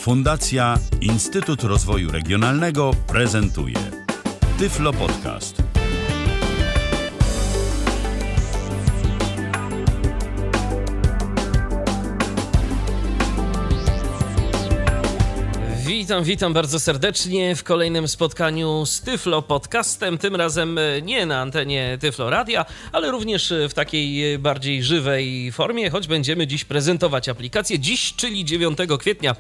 Fundacja Instytut Rozwoju Regionalnego prezentuje Tyflo Podcast. Witam bardzo serdecznie w kolejnym spotkaniu z Tyflo Podcastem, tym razem nie na antenie Tyflo Radia, ale również w takiej bardziej żywej formie, choć będziemy dziś prezentować aplikację. Dziś, czyli 9 kwietnia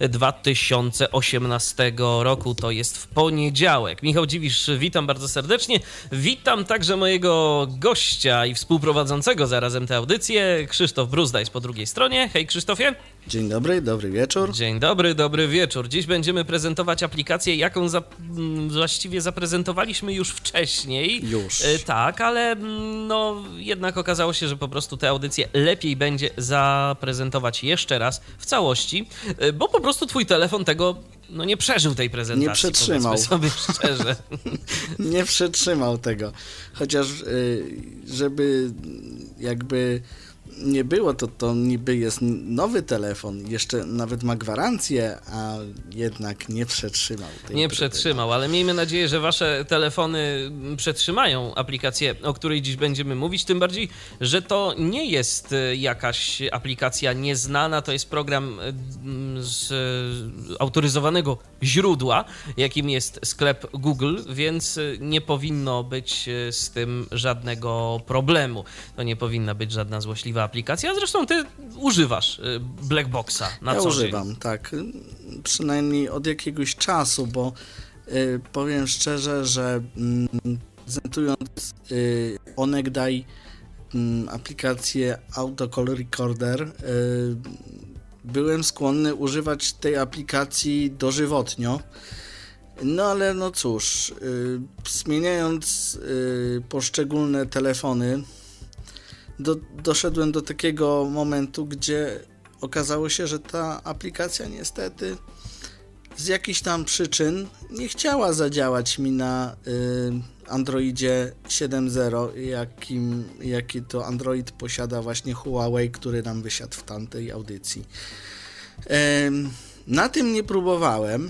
2018 roku, to jest w poniedziałek. Michał Dziwisz, witam bardzo serdecznie. Witam także mojego gościa i współprowadzącego zarazem tę audycję, Krzysztof Bruzda jest po drugiej stronie. Hej Krzysztofie. Dzień dobry, dobry wieczór. Dzień dobry, dobry wieczór. Dziś będziemy prezentować aplikację, jaką właściwie zaprezentowaliśmy już wcześniej. Tak, ale jednak okazało się, że po prostu tę audycję lepiej będzie zaprezentować jeszcze raz w całości, bo po prostu twój telefon tego nie przeżył tej prezentacji. Nie przetrzymał. Powiedzmy sobie szczerze. Nie przetrzymał tego. Chociaż żeby jakby nie było, to niby jest nowy telefon, jeszcze nawet ma gwarancję, a jednak nie przetrzymał. Nie przetrzymał, ale miejmy nadzieję, że wasze telefony przetrzymają aplikację, o której dziś będziemy mówić, tym bardziej, że to nie jest jakaś aplikacja nieznana, to jest program z autoryzowanego źródła, jakim jest sklep Google, więc nie powinno być z tym żadnego problemu. To nie powinna być żadna złośliwa aplikacja, zresztą ty używasz Blackboxa na co dzień. Ja używam, tak, przynajmniej od jakiegoś czasu, bo powiem szczerze, że prezentując onegdaj aplikację Autocall Recorder, byłem skłonny używać tej aplikacji dożywotnio. No ale no cóż, zmieniając poszczególne telefony, doszedłem do takiego momentu, gdzie okazało się, że ta aplikacja niestety z jakichś tam przyczyn nie chciała zadziałać mi na Androidzie 7.0, jaki to Android posiada właśnie Huawei, który nam wysiadł w tamtej audycji. Na tym nie próbowałem.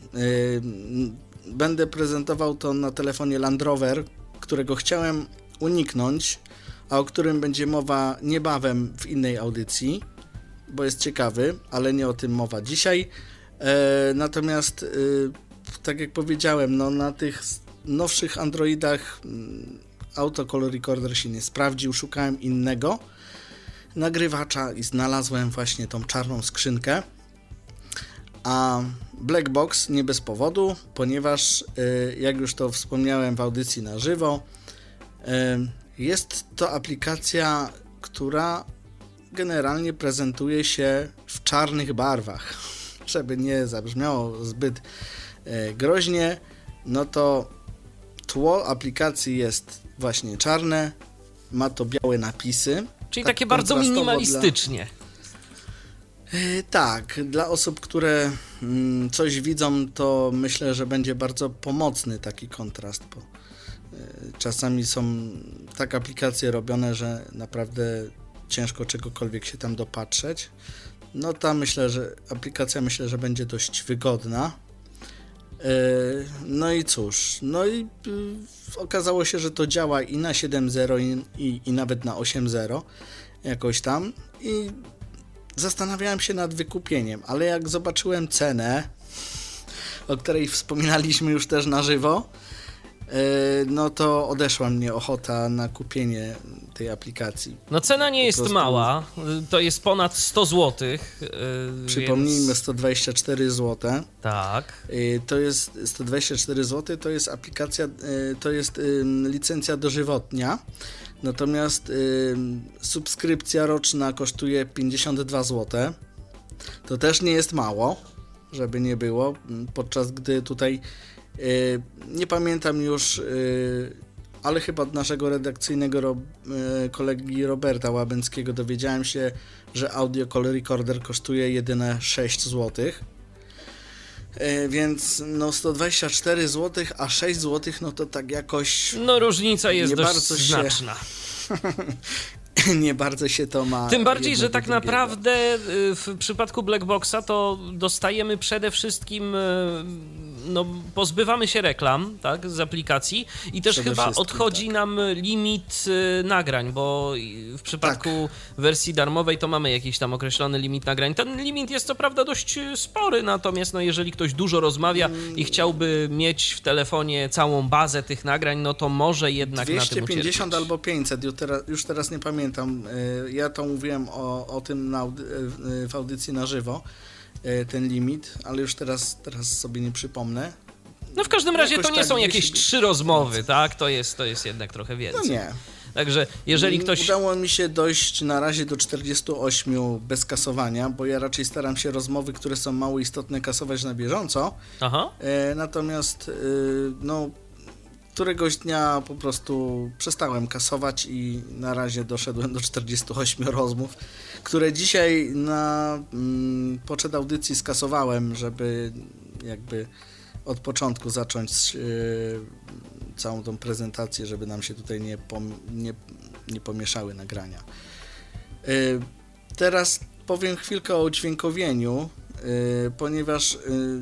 Będę prezentował to na telefonie Land Rover, którego chciałem uniknąć, a o którym będzie mowa niebawem w innej audycji, bo jest ciekawy, ale nie o tym mowa dzisiaj. Natomiast, tak jak powiedziałem, na tych nowszych Androidach Autocall Recorder się nie sprawdził, szukałem innego nagrywacza i znalazłem właśnie tą czarną skrzynkę. A Blackbox nie bez powodu, ponieważ, jak już to wspomniałem w audycji na żywo, jest to aplikacja, która generalnie prezentuje się w czarnych barwach. Żeby nie zabrzmiało zbyt groźnie, no to tło aplikacji jest właśnie czarne, ma to białe napisy. Czyli takie bardzo minimalistycznie. Tak, dla osób, które coś widzą, to myślę, że będzie bardzo pomocny taki kontrast, bo czasami są tak aplikacje robione, że naprawdę ciężko czegokolwiek się tam dopatrzeć. No ta aplikacja myślę, że będzie dość wygodna. No i cóż, okazało się, że to działa i na 7.0 i nawet na 8.0 jakoś tam i zastanawiałem się nad wykupieniem, ale jak zobaczyłem cenę, o której wspominaliśmy już też na żywo, no to odeszła mnie ochota na kupienie tej aplikacji. No cena nie jest mała, to jest ponad 100 zł. Przypomnijmy, 124 zł. Tak. To jest 124 zł, to jest aplikacja, to jest licencja dożywotnia. Natomiast subskrypcja roczna kosztuje 52 zł. To też nie jest mało, żeby nie było, podczas gdy tutaj nie pamiętam już, ale chyba od naszego redakcyjnego kolegi Roberta Łabęckiego dowiedziałem się, że Autocall Recorder kosztuje jedyne 6 zł. Więc 124 zł, a 6 zł, no to tak jakoś... różnica jest dość znaczna. nie bardzo się to ma. Tym bardziej, że tak naprawdę w przypadku Blackboxa to dostajemy przede wszystkim, no, pozbywamy się reklam, tak, z aplikacji i też chyba odchodzi nam limit nagrań, bo w przypadku wersji darmowej to mamy jakiś tam określony limit nagrań. Ten limit jest co prawda dość spory, natomiast no, jeżeli ktoś dużo rozmawia i chciałby mieć w telefonie całą bazę tych nagrań, no to może jednak 250 na tym ucierpieć. albo 500, już teraz nie pamiętam. Ja to mówiłem o tym w audycji na żywo, ten limit, ale już teraz sobie nie przypomnę. No w każdym razie to nie są jakieś 3 rozmowy, tak? To jest jednak trochę więcej. No nie. Także jeżeli ktoś... Udało mi się dojść na razie do 48 bez kasowania, bo ja raczej staram się rozmowy, które są mało istotne, kasować na bieżąco. Aha. Natomiast no, któregoś dnia po prostu przestałem kasować i na razie doszedłem do 48 rozmów, które dzisiaj na poczet audycji skasowałem, żeby jakby od początku zacząć całą tą prezentację, żeby nam się tutaj nie pomieszały nagrania. Teraz powiem chwilkę o udźwiękowieniu, ponieważ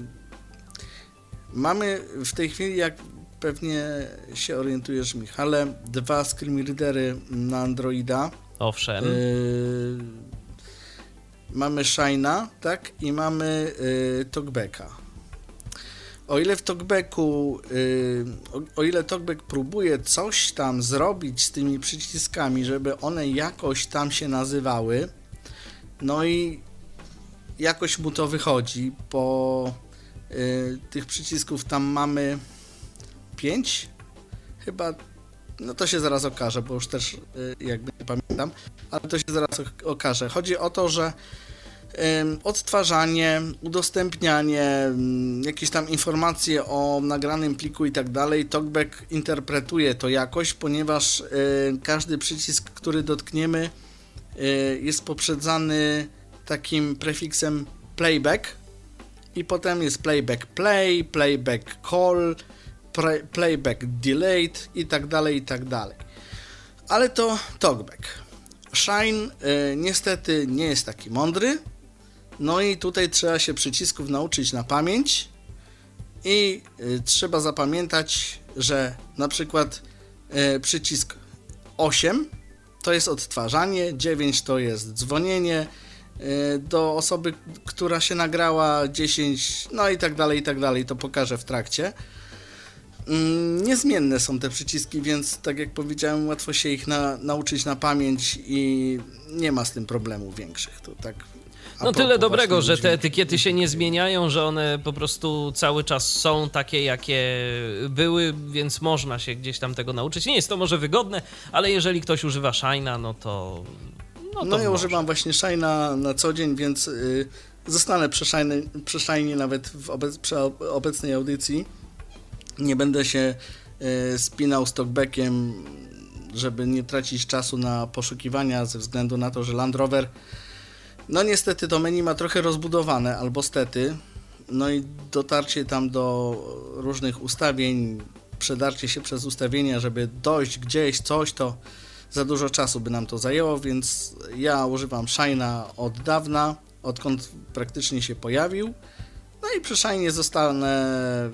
mamy w tej chwili, jak pewnie się orientujesz, Michale, 2 screen readery na Androida. Owszem. Mamy Shine'a, tak? I mamy Talkbacka. O ile w Talkbacku, o ile Talkback próbuje coś tam zrobić z tymi przyciskami, żeby one jakoś tam się nazywały, no i jakoś mu to wychodzi, bo tych przycisków tam mamy 5 chyba, no to się zaraz okaże, bo już też jakby nie pamiętam, ale to się zaraz okaże. Chodzi o to, że odtwarzanie, udostępnianie, jakieś tam informacje o nagranym pliku i tak dalej, Talkback interpretuje to jakoś, ponieważ każdy przycisk, który dotkniemy, jest poprzedzany takim prefiksem playback i potem jest playback play, playback call, playback delayed i tak dalej, i tak dalej. Ale to Talkback. Shine niestety nie jest taki mądry, no i tutaj trzeba się przycisków nauczyć na pamięć i trzeba zapamiętać, że na przykład przycisk 8 to jest odtwarzanie, 9 to jest dzwonienie do osoby, która się nagrała, 10, no i tak dalej, to pokażę w trakcie. Niezmienne są te przyciski, więc tak jak powiedziałem, łatwo się ich nauczyć na pamięć i nie ma z tym problemów większych. To tak no tyle dobrego, że te etykiety się nie zmieniają, że one po prostu cały czas są takie, jakie były, więc można się gdzieś tam tego nauczyć. Nie jest to może wygodne, ale jeżeli ktoś używa Shine'a, no to no ja używam właśnie Shine'a na co dzień, więc zostanę przy Shine'ie nawet przy obecnej audycji. Nie będę się spinał z Talkbackiem, żeby nie tracić czasu na poszukiwania, ze względu na to, że Land Rover, no niestety to menu ma trochę rozbudowane, albo stety, no i dotarcie tam do różnych ustawień, przedarcie się przez ustawienia, żeby dojść gdzieś, coś, to za dużo czasu by nam to zajęło, więc ja używam Shine'a od dawna, odkąd praktycznie się pojawił, no i przy Shine'ie zostanę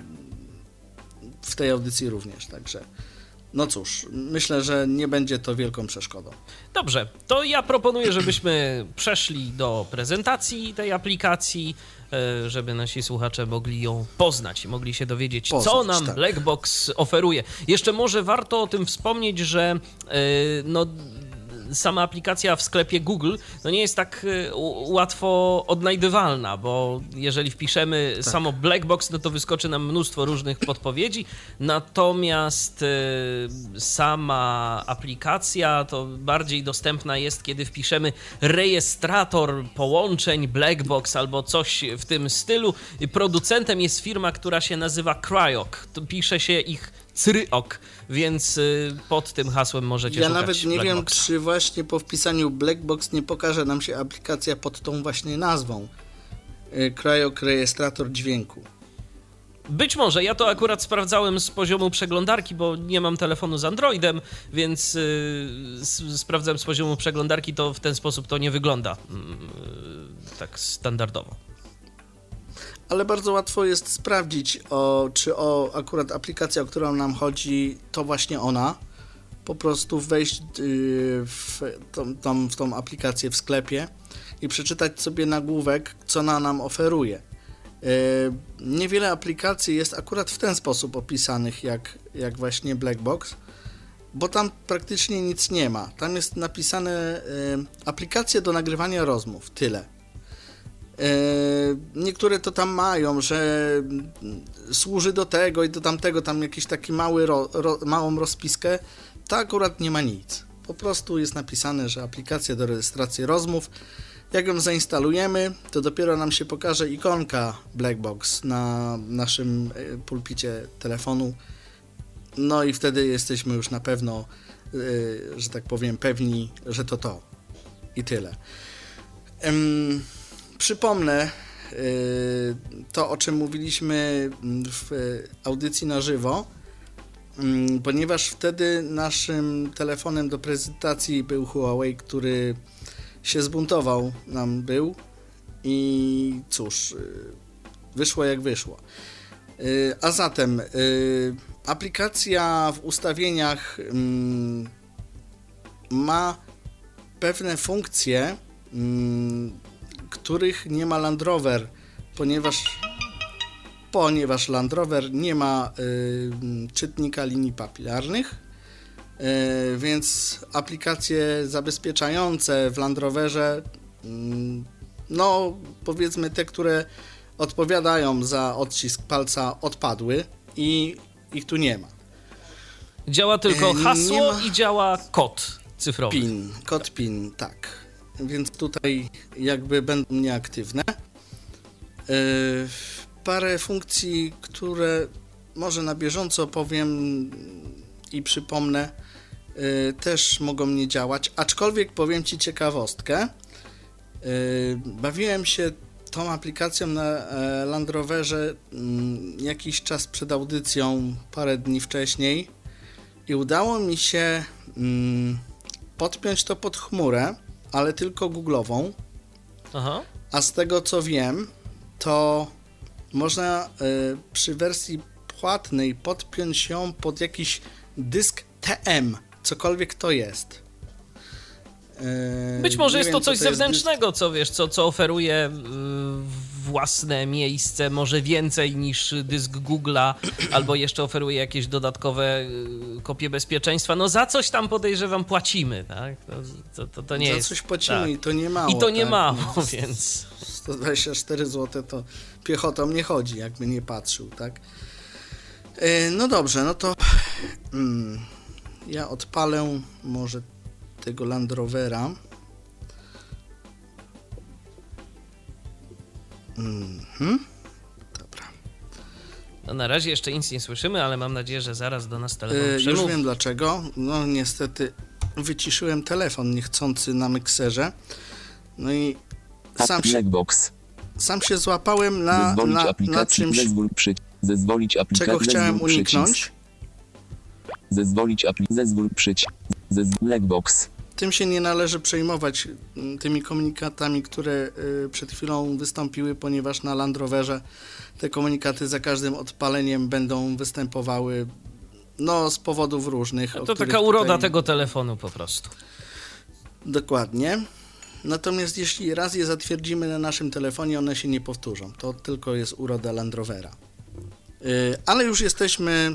w tej audycji również, także no cóż, myślę, że nie będzie to wielką przeszkodą. Dobrze, to ja proponuję, żebyśmy przeszli do prezentacji tej aplikacji, żeby nasi słuchacze mogli ją poznać i mogli się dowiedzieć, co nam tak Blackbox oferuje. Jeszcze może warto o tym wspomnieć, że no, sama aplikacja w sklepie Google no nie jest tak łatwo odnajdywalna, bo jeżeli wpiszemy samo Blackbox, no to wyskoczy nam mnóstwo różnych podpowiedzi, natomiast sama aplikacja to bardziej dostępna jest, kiedy wpiszemy rejestrator połączeń Blackbox albo coś w tym stylu. Producentem jest firma, która się nazywa Cryok. Pisze się ich Cryok, więc pod tym hasłem możecie szukać nawet nie Blackboxa. wiem, czy właśnie po wpisaniu Blackbox nie pokaże nam się aplikacja pod tą właśnie nazwą. Cryok rejestrator dźwięku. Być może, ja to akurat sprawdzałem z poziomu przeglądarki, bo nie mam telefonu z Androidem, więc sprawdzałem z poziomu przeglądarki, to w ten sposób to nie wygląda tak standardowo. Ale bardzo łatwo jest sprawdzić, czy akurat aplikacja, o którą nam chodzi, to właśnie ona. Po prostu wejść w tą aplikację w sklepie i przeczytać sobie nagłówek, co ona nam oferuje. Niewiele aplikacji jest akurat w ten sposób opisanych, jak właśnie Blackbox, bo tam praktycznie nic nie ma. Tam jest napisane aplikacje do nagrywania rozmów, tyle. Niektóre to tam mają, że służy do tego i do tamtego, tam jakiś taki małą rozpiskę. To akurat nie ma nic. Po prostu jest napisane, że aplikacja do rejestracji rozmów. Jak ją zainstalujemy, to dopiero nam się pokaże ikonka Blackbox na naszym pulpicie telefonu. No i wtedy jesteśmy już na pewno, że tak powiem, pewni, że to. I tyle. Przypomnę to, o czym mówiliśmy w audycji na żywo, ponieważ wtedy naszym telefonem do prezentacji był Huawei, który się zbuntował i cóż, wyszło jak wyszło. A zatem aplikacja w ustawieniach ma pewne funkcje, których nie ma Land Rover, ponieważ Land Rover nie ma czytnika linii papilarnych, więc aplikacje zabezpieczające w Land Roverze, no powiedzmy te, które odpowiadają za odcisk palca, odpadły i ich tu nie ma. Działa tylko hasło i działa kod cyfrowy. Kod PIN, tak. Więc tutaj jakby będą nieaktywne. Parę funkcji, które może na bieżąco powiem i przypomnę, też mogą nie działać, aczkolwiek powiem Ci ciekawostkę. Bawiłem się tą aplikacją na Land Roverze jakiś czas przed audycją, parę dni wcześniej i udało mi się podpiąć to pod chmurę, ale tylko Google'ową. Aha. A z tego co wiem, to można przy wersji płatnej podpiąć ją pod jakiś dysk TM, cokolwiek to jest. Być może jest to co coś zewnętrznego, co wiesz, co oferuje własne miejsce, może więcej niż dysk Google'a, albo jeszcze oferuje jakieś dodatkowe kopie bezpieczeństwa. No za coś tam podejrzewam płacimy, tak? To nie jest. Za coś płacimy tak. I to nie mało. I to nie tak? mało, więc 124 zł to piechotą nie chodzi, jakby nie patrzył, tak? No dobrze, no to ja odpalę może tego Land Rovera. Dobra. no na razie jeszcze nic nie słyszymy, ale mam nadzieję, że zaraz do nas telefon przemówi. Już wiem dlaczego. No niestety wyciszyłem telefon niechcący na mikserze. No i sam się złapałem na czymś, zezwolić aplikacji, czego chciałem uniknąć. Blackbox. Tym się nie należy przejmować, tymi komunikatami, które przed chwilą wystąpiły, ponieważ na Land Roverze te komunikaty za każdym odpaleniem będą występowały z powodów różnych. To taka uroda tego telefonu po prostu. Dokładnie. Natomiast jeśli raz je zatwierdzimy na naszym telefonie, one się nie powtórzą. To tylko jest uroda Land Rovera. Ale już jesteśmy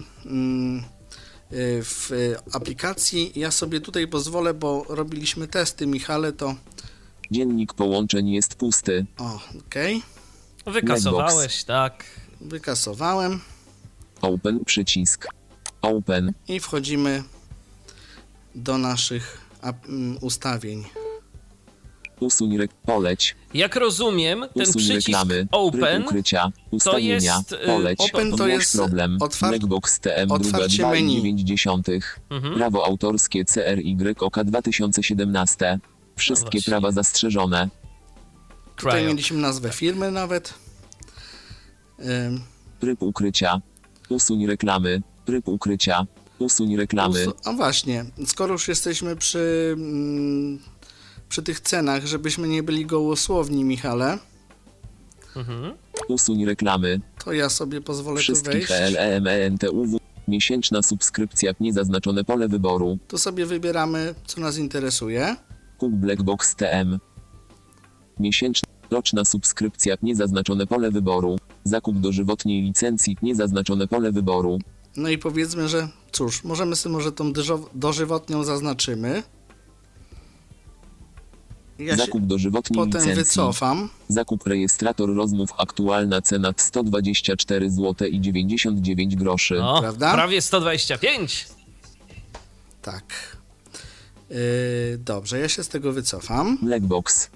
w aplikacji. Ja sobie tutaj pozwolę, bo robiliśmy testy, Michale, to... Dziennik połączeń jest pusty. Okej. Wykasowałeś, tak. Wykasowałem. Open przycisk. Open. I wchodzimy do naszych ustawień. Usuń poleć. Jak rozumiem, ten Usuń przycisk reklamy, Open ukrycia, to ustawienia, jest poleć, Open to jest problem, Blackbox TM otwarcie menu. 2,9. Prawo autorskie CRYOK 2017. Wszystkie prawa zastrzeżone. Tutaj mieliśmy nazwę firmy nawet. Tryb ukrycia. Usuń reklamy. Tryb ukrycia. Usuń reklamy. A właśnie, skoro już jesteśmy przy tych cenach, żebyśmy nie byli gołosłowni, Michale, Usuń reklamy. to ja sobie pozwolę tu Wszystkich wejść. LEMENTUW. Miesięczna subskrypcja. Niezaznaczone pole wyboru. Tu sobie wybieramy, co nas interesuje. Kup Blackbox TM. Miesięczna. Roczna subskrypcja. Niezaznaczone pole wyboru. Zakup dożywotniej licencji. Niezaznaczone pole wyboru. No i powiedzmy, że cóż, możemy sobie może tą dożywotnią zaznaczymy. Ja się Zakup dożywotniej potem licencji. wycofam. Zakup rejestrator rozmów. Aktualna cena 124 zł i 99 groszy. No, Prawda? prawie 125. Tak. Dobrze, ja się z tego wycofam. Blackbox.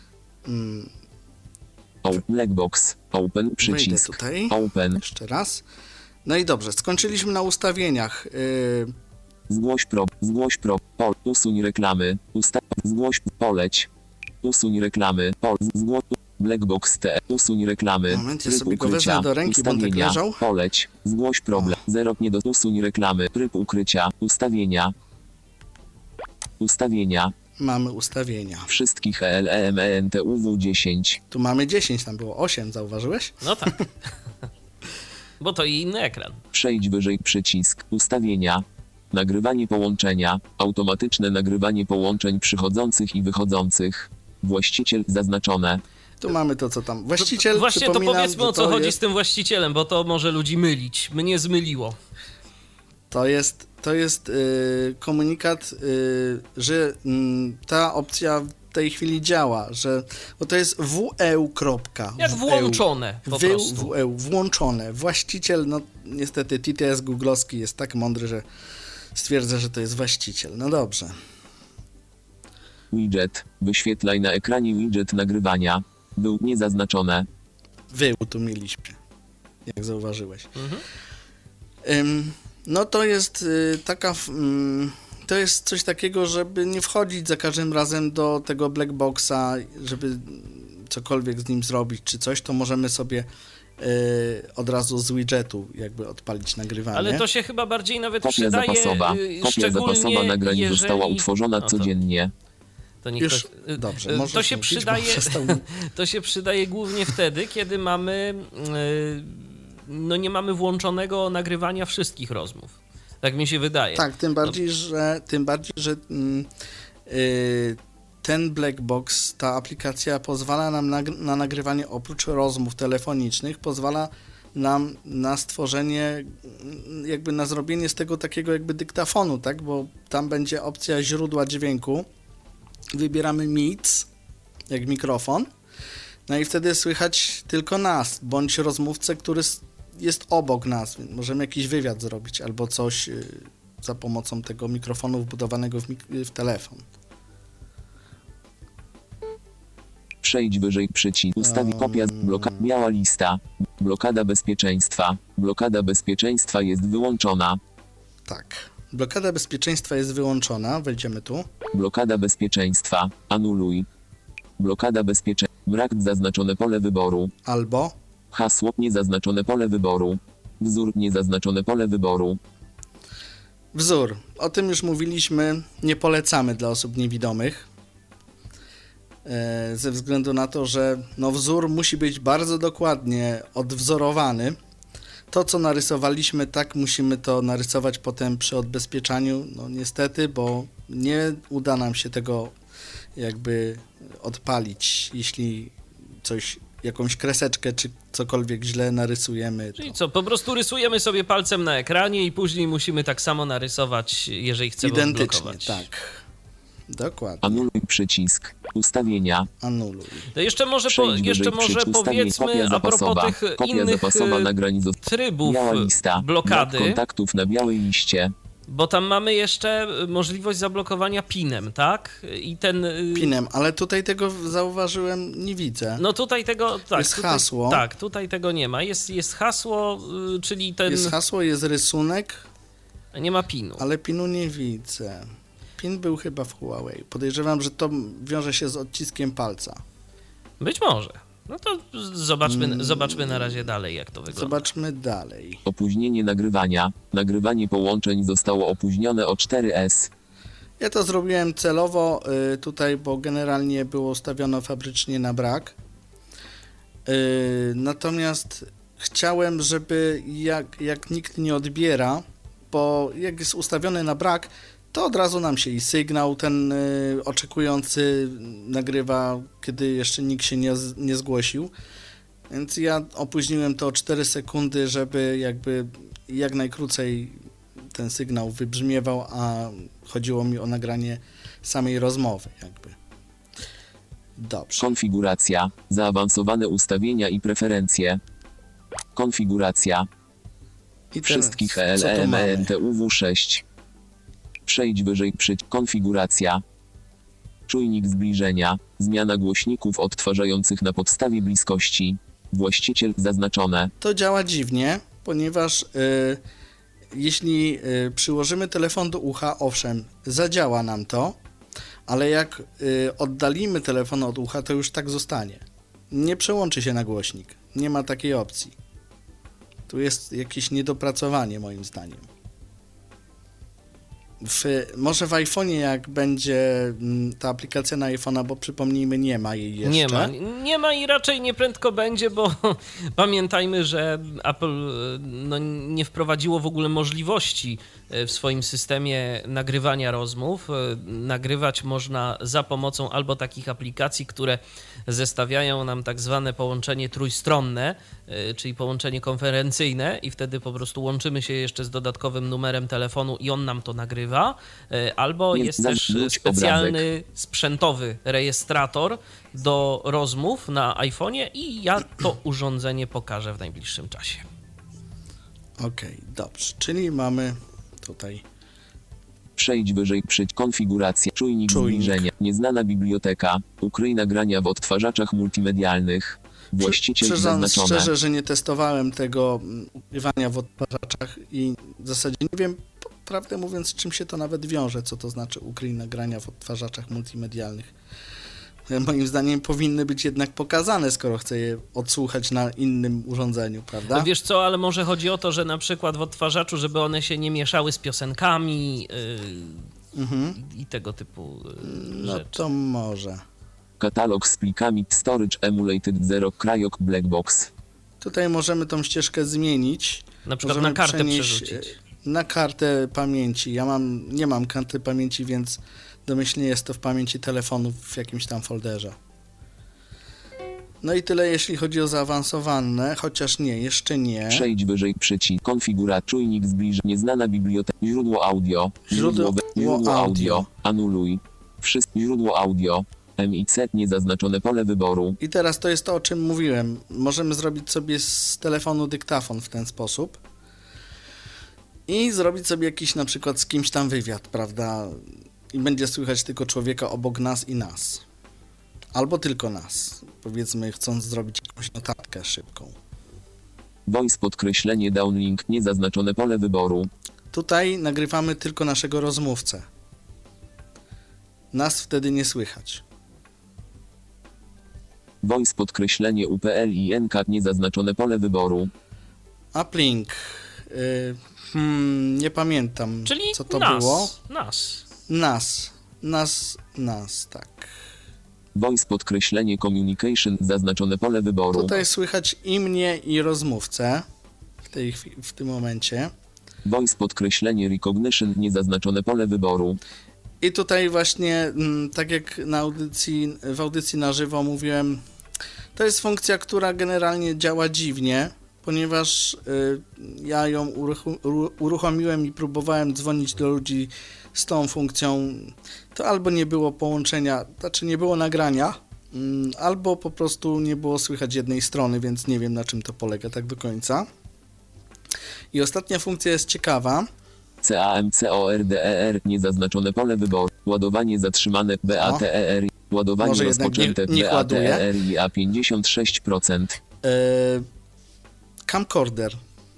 Blackbox. Open. Wejdę Przycisk. tutaj. Open. Jeszcze raz. No i dobrze, skończyliśmy na ustawieniach. Zgłoś usuń reklamy. Poleć. Usuń reklamy. Blackbox T. Usuń reklamy. Moment, ja Tryb sobie go ukrycia. wezmę do ręki, bo on tak Ustawienia. leżał. Poleć. Zgłoś problem. Usuń reklamy. Tryb ukrycia. Ustawienia. Ustawienia. Mamy ustawienia. Wszystkich LEMENTUW 10. Tu mamy 10, tam było 8, zauważyłeś? No tak. Bo to i inny ekran. Przejdź wyżej przycisk. Ustawienia. Nagrywanie połączenia. Automatyczne nagrywanie połączeń przychodzących i wychodzących. Właściciel zaznaczone. Tu mamy to, co tam. Właściciel, Właśnie to przypominam, powiedzmy, że o co chodzi jest, z tym właścicielem, bo to może ludzi mylić. Mnie zmyliło. To jest komunikat, że ta opcja w tej chwili działa, bo to jest WEU. Jak włączone po prostu. WEU, włączone. Właściciel, no niestety TTS googlowski jest tak mądry, że stwierdza, że to jest właściciel. No dobrze. Widget. Wyświetlaj na ekranie widget nagrywania. Był niezaznaczone. Tu mieliśmy, jak zauważyłeś. No to jest to jest coś takiego, żeby nie wchodzić za każdym razem do tego black boxa, żeby cokolwiek z nim zrobić czy coś, to możemy sobie od razu z widgetu jakby odpalić nagrywanie. Ale to się chyba bardziej nawet Kopia przydaje, zapasowa. Kopia zapasowa nagrań jeżeli... została utworzona codziennie. To niech Już, ktoś... dobrze, możesz to się mówić, bo przydaje, przestał... to się przydaje głównie wtedy, kiedy mamy no nie mamy włączonego nagrywania wszystkich rozmów. Tak mi się wydaje. Tak, tym bardziej, że ten black box, ta aplikacja pozwala nam na nagrywanie oprócz rozmów telefonicznych, pozwala nam na stworzenie, jakby na zrobienie z tego takiego jakby dyktafonu, tak, bo tam będzie opcja źródła dźwięku, wybieramy MIDS, jak mikrofon, no i wtedy słychać tylko nas, bądź rozmówcę, który jest obok nas, więc możemy jakiś wywiad zrobić albo coś za pomocą tego mikrofonu wbudowanego w telefon. Przejdź wyżej przycisk. Ustawi kopia. Biała lista. Blokada bezpieczeństwa. Blokada bezpieczeństwa jest wyłączona. Tak. Blokada bezpieczeństwa jest wyłączona. Wejdziemy tu. Blokada bezpieczeństwa. Anuluj. Blokada bezpieczeństwa. Brak zaznaczone pole wyboru. Albo Hasło niezaznaczone pole wyboru. Wzór niezaznaczone pole wyboru. wzór. O tym już mówiliśmy. Nie polecamy dla osób niewidomych. Ze względu na to, że no wzór musi być bardzo dokładnie odwzorowany. To, co narysowaliśmy, tak musimy to narysować potem przy odbezpieczaniu. No niestety, bo nie uda nam się tego jakby odpalić, jeśli coś, jakąś kreseczkę czy cokolwiek źle narysujemy. Czyli co, po prostu rysujemy sobie palcem na ekranie i później musimy tak samo narysować, jeżeli chcemy identycznie, odblokować. tak. Dokładnie. Anuluj przycisk. Ustawienia. Anuluj. To jeszcze może, Przejdź wyżej przycisk. Ustawień. powiedzmy Kopia a propos zapasowa. tych Kopia innych zapasowa nagrań trybów Biała lista. blokady, Brak kontaktów na białej liście. bo tam mamy jeszcze możliwość zablokowania PIN-em, tak? I ten... Pinem, ale tutaj tego zauważyłem, nie widzę. No tutaj tego... Tak, Jest tutaj, hasło. Tak, tutaj tego nie ma. Jest hasło, czyli ten... Jest hasło, jest rysunek, Nie ma PIN-u. ale pinu nie widzę. Pin był chyba w Huawei. Podejrzewam, że to wiąże się z odciskiem palca. Być może. No to zobaczmy na razie dalej, jak to wygląda. Zobaczmy dalej. Opóźnienie nagrywania. Nagrywanie połączeń zostało opóźnione o 4S. Ja to zrobiłem celowo tutaj, bo generalnie było ustawione fabrycznie na brak. Natomiast chciałem, żeby jak nikt nie odbiera, bo jak jest ustawiony na brak, to od razu nam się i sygnał ten oczekujący nagrywa, kiedy jeszcze nikt się nie zgłosił. Więc ja opóźniłem to o 4 sekundy, żeby jakby jak najkrócej ten sygnał wybrzmiewał, a chodziło mi o nagranie samej rozmowy jakby. Dobrze. Konfiguracja. Zaawansowane ustawienia i preferencje. Konfiguracja. I teraz, Wszystkich co tu mamy? ELEMTUW6. Przejdź wyżej konfiguracja. Czujnik zbliżenia. Zmiana głośników odtwarzających na podstawie bliskości. Właściciel zaznaczone. To działa dziwnie, ponieważ jeśli przyłożymy telefon do ucha, owszem, zadziała nam to, ale jak oddalimy telefon od ucha, to już tak zostanie. Nie przełączy się na głośnik. Nie ma takiej opcji. Tu jest jakieś niedopracowanie moim zdaniem. Może w iPhone'ie jak będzie ta aplikacja na iPhone'a, bo przypomnijmy, nie ma jej jeszcze. Nie ma i raczej nieprędko będzie, bo pamiętajmy, że Apple nie wprowadziło w ogóle możliwości w swoim systemie nagrywania rozmów. Nagrywać można za pomocą albo takich aplikacji, które zestawiają nam tak zwane połączenie trójstronne, czyli połączenie konferencyjne i wtedy po prostu łączymy się jeszcze z dodatkowym numerem telefonu i on nam to nagrywa, albo jest też specjalny sprzętowy rejestrator do rozmów na iPhone'ie i ja to urządzenie pokażę w najbliższym czasie. Okej, dobrze, czyli mamy tutaj Przejdź wyżej konfiguracja. Czujnik zbliżenia. Nieznana biblioteka. Ukryj nagrania w odtwarzaczach multimedialnych. Właściciel zaznaczone. Szczerze, że nie testowałem tego ukrywania w odtwarzaczach i w zasadzie nie wiem, prawdę mówiąc, z czym się to nawet wiąże, co to znaczy ukryj nagrania w odtwarzaczach multimedialnych. Moim zdaniem powinny być jednak pokazane, skoro chcę je odsłuchać na innym urządzeniu, prawda? No wiesz co, ale może chodzi o to, że na przykład w odtwarzaczu, żeby one się nie mieszały z piosenkami i tego typu No rzeczy. to może. Katalog z plikami Storage Emulated Zero Cryok Blackbox. Tutaj możemy tą ścieżkę zmienić. Na przykład Możemy na kartę przenieść przerzucić. Na kartę pamięci. Nie mam karty pamięci, więc domyślnie jest to w pamięci telefonu w jakimś tam folderze. No i tyle, jeśli chodzi o zaawansowane, chociaż nie, jeszcze nie. Przejdź wyżej konfiguracja. Czujnik zbliżenia. Nieznana biblioteka. Źródło audio. Źródło audio. Anuluj. Źródło audio. MIC niezaznaczone pole wyboru. I teraz to jest to, o czym mówiłem. Możemy zrobić sobie z telefonu dyktafon w ten sposób i zrobić sobie jakiś na przykład z kimś tam wywiad, prawda? I będzie słychać tylko człowieka obok nas i nas. Albo tylko nas. Powiedzmy, chcąc zrobić jakąś notatkę szybką. Voice podkreślenie downlink niezaznaczone pole wyboru. Tutaj nagrywamy tylko naszego rozmówcę. Nas wtedy nie słychać. Voice podkreślenie UPLINK niezaznaczone pole wyboru. Uplink. Nie pamiętam, Czyli co to nas, było. Nas, tak. Voice podkreślenie communication zaznaczone pole wyboru. Tutaj słychać i mnie, i rozmówcę w tym momencie. Voice podkreślenie recognition niezaznaczone pole wyboru. I tutaj właśnie, tak jak w audycji na żywo mówiłem, to jest funkcja, która generalnie działa dziwnie, ponieważ ja ją uruchomiłem i próbowałem dzwonić do ludzi z tą funkcją. To albo nie było połączenia, znaczy nie było nagrania, albo po prostu nie było słychać jednej strony, więc nie wiem, na czym to polega tak do końca. I ostatnia funkcja jest ciekawa. CAMCORDER niezaznaczone pole wyboru. Ładowanie zatrzymane BATER. Ładowanie Może rozpoczęte BATER i A56%. Camcorder.